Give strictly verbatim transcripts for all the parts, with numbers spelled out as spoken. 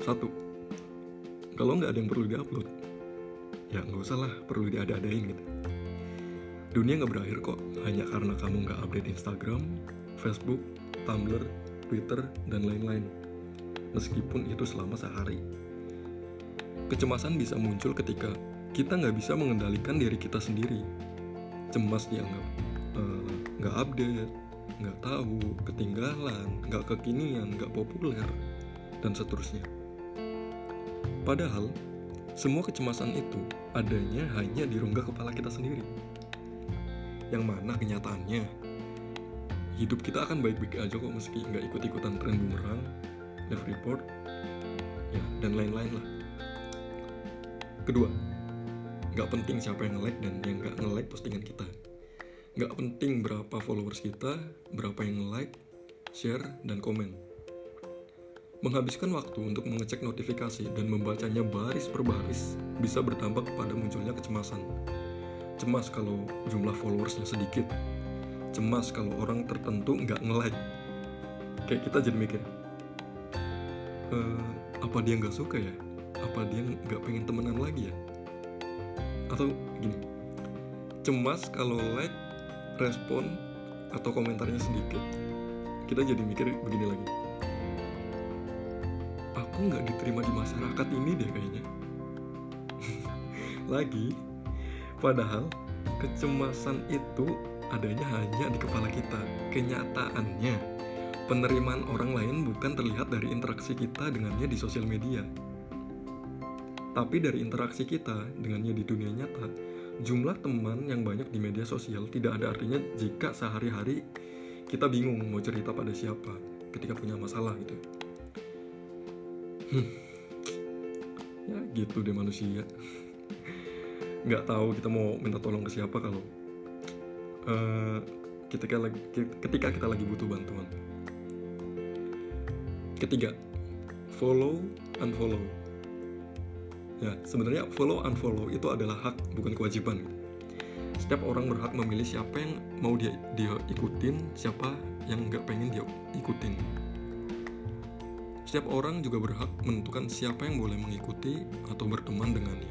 Satu, kalau nggak ada yang perlu diupload, ya nggak usah lah perlu diada-adain gitu. Dunia nggak berakhir kok hanya karena kamu nggak update Instagram, Facebook, Tumblr, Twitter, dan lain-lain. Meskipun itu selama sehari. Kecemasan bisa muncul ketika kita nggak bisa mengendalikan diri kita sendiri. Cemas dianggap uh, nggak update, nggak tahu, ketinggalan, nggak kekinian, nggak populer, dan seterusnya. Padahal, semua kecemasan itu adanya hanya di rongga kepala kita sendiri. Yang mana kenyataannya, hidup kita akan baik-baik aja kok meski nggak ikut-ikutan tren bumerang, live report, ya, dan lain-lain lah. Kedua, nggak penting siapa yang nge-like dan yang nggak nge-like postingan kita. Nggak penting berapa followers kita, berapa yang nge-like, share, dan komen. Menghabiskan waktu untuk mengecek notifikasi dan membacanya baris per baris bisa berdampak pada munculnya kecemasan. Cemas kalau jumlah followersnya sedikit. Cemas kalau orang tertentu nggak nge-like. Kayak kita jadi mikir, e, apa dia nggak suka ya? Apa dia nggak pengen temenan lagi ya? Atau gini, cemas kalau like, respon, atau komentarnya sedikit. Kita jadi mikir begini lagi, aku nggak diterima di masyarakat ini deh kayaknya. Lagi, padahal kecemasan itu adanya hanya di kepala kita. Kenyataannya, penerimaan orang lain bukan terlihat dari interaksi kita dengannya di sosial media, tapi dari interaksi kita dengannya di dunia nyata. Jumlah teman yang banyak di media sosial tidak ada artinya jika sehari-hari kita bingung mau cerita pada siapa ketika punya masalah gitu. Hmm. Ya gitu deh manusia. Nggak tahu kita mau minta tolong ke siapa kalau uh, ketika lagi ketika kita lagi butuh bantuan. Ketiga, follow unfollow. Ya, sebenarnya follow unfollow itu adalah hak, bukan kewajiban. Setiap orang berhak memilih siapa yang mau dia dia ikutin, siapa yang nggak pengen dia ikutin. Setiap orang juga berhak menentukan siapa yang boleh mengikuti atau berteman dengannya.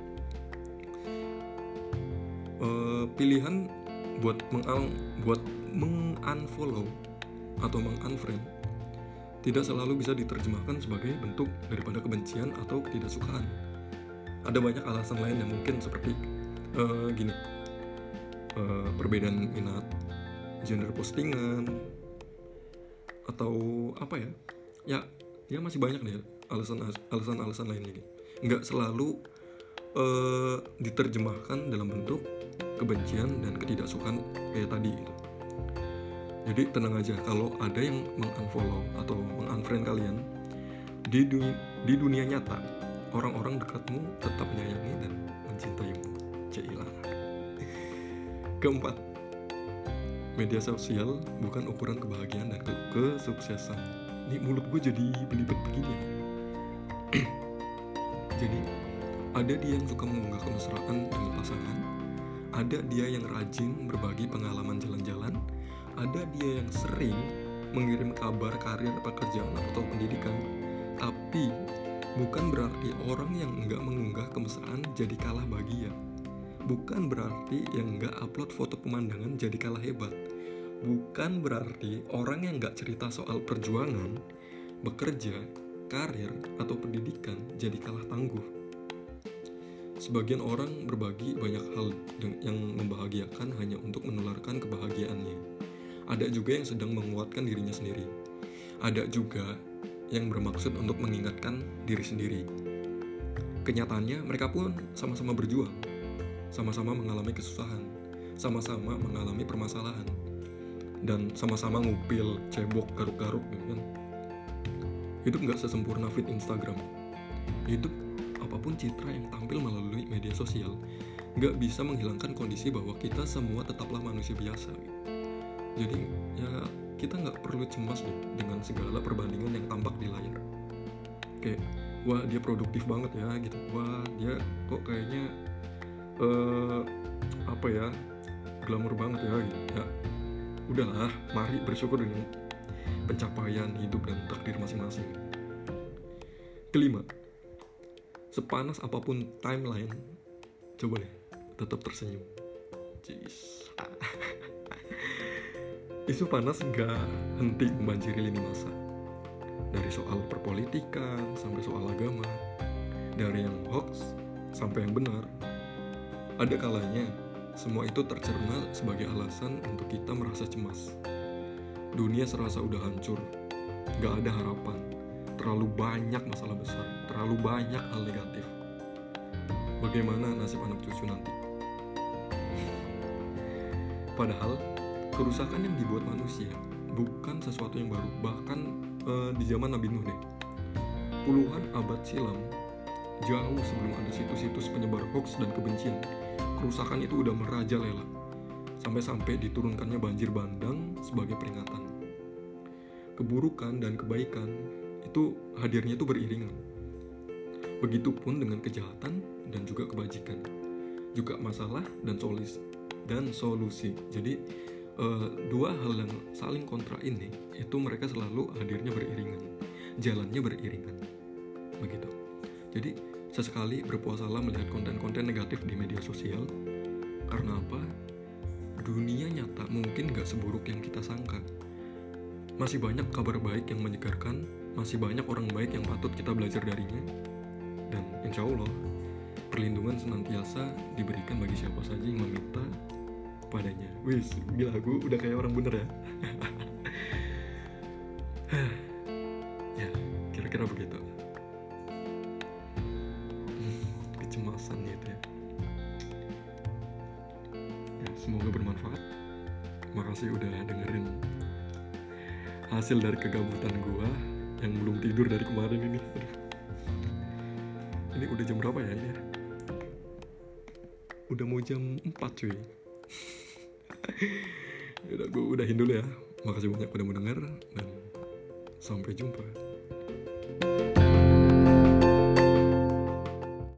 E, pilihan buat mengal buat mengunfollow atau mengunfriend tidak selalu bisa diterjemahkan sebagai bentuk daripada kebencian atau ketidaksukaan. Ada banyak alasan lain yang mungkin seperti e, gini, e, perbedaan minat, genre postingan, atau apa ya? Ya, ya masih banyak deh alasan-alasan lain lagi. Nggak selalu uh, diterjemahkan dalam bentuk kebencian dan ketidaksukaan kayak tadi gitu. Jadi tenang aja, kalau ada yang mengunfollow atau mengunfriend kalian, di, du- di dunia nyata orang-orang dekatmu tetap menyayangi dan mencintaimu. Cailah. Keempat, media sosial bukan ukuran kebahagiaan dan ke- kesuksesan. Ini mulut gue jadi belibet begini. Jadi ada dia yang suka mengunggah kemesraan dengan pasangan, ada dia yang rajin berbagi pengalaman jalan-jalan, ada dia yang sering mengirim kabar karir pekerjaan atau pendidikan. Tapi bukan berarti orang yang enggak mengunggah kemesraan jadi kalah bahagia. Bukan berarti yang enggak upload foto pemandangan jadi kalah hebat. Bukan berarti orang yang gak cerita soal perjuangan, bekerja, karir, atau pendidikan jadi kalah tangguh. Sebagian orang berbagi banyak hal yang membahagiakan hanya untuk menularkan kebahagiaannya. Ada juga yang sedang menguatkan dirinya sendiri. Ada juga yang bermaksud untuk mengingatkan diri sendiri. Kenyataannya mereka pun sama-sama berjuang, sama-sama mengalami kesusahan, sama-sama mengalami permasalahan, dan sama-sama ngupil, cebok, garuk-garuk gitu kan. Hidup gak sesempurna feed Instagram. Hidup, apapun citra yang tampil melalui media sosial, gak bisa menghilangkan kondisi bahwa kita semua tetaplah manusia biasa gitu. Jadi ya kita gak perlu cemas deh dengan segala perbandingan yang tampak di layar. Kayak, wah dia produktif banget ya gitu, wah dia kok kayaknya uh, apa ya, glamor banget ya gitu ya. Udahlah, mari bersyukur dengan pencapaian hidup dan takdir masing-masing. Kelima, sepanas apapun timeline, coba deh tetap tersenyum. Jeez. Isu panas gak henti membanjiri lini masa. Dari soal perpolitikan sampai soal agama, dari yang hoax sampai yang benar. Ada kalanya semua itu tercerna sebagai alasan untuk kita merasa cemas. Dunia serasa udah hancur, gak ada harapan, terlalu banyak masalah besar, terlalu banyak hal negatif. Bagaimana nasib anak cucu nanti? Padahal kerusakan yang dibuat manusia bukan sesuatu yang baru. Bahkan eh, di zaman Nabi Nuh deh, puluhan abad silam, jauh sebelum ada situs-situs penyebar hoax dan kebencian, kerusakan itu udah merajalela, sampai-sampai diturunkannya banjir bandang sebagai peringatan. Keburukan dan kebaikan itu hadirnya itu beriringan. Begitupun dengan kejahatan dan juga kebajikan, juga masalah dan solusi dan solusi. Jadi Uh, dua hal yang saling kontra ini itu mereka selalu hadirnya beriringan, jalannya beriringan, begitu. Jadi sesekali berpuasalah melihat konten-konten negatif di media sosial. Karena apa? Dunia nyata mungkin gak seburuk yang kita sangka. Masih banyak kabar baik yang menyegarkan, masih banyak orang baik yang patut kita belajar darinya. Dan insya Allah perlindungan senantiasa diberikan bagi siapa saja yang meminta padanya. Wis, gila, gue udah kayak orang bener ya. Ya, kira-kira begitu. Hmm, kecemasan gitu ya. Ya, semoga bermanfaat. Makasih udah dengerin hasil dari kegabutan gue yang belum tidur dari kemarin ini. Ini udah jam berapa ya ini? Udah mau jam empat cuy. Yaudah, gue udahin dulu ya. Makasih banyak udah mau denger dan sampai jumpa.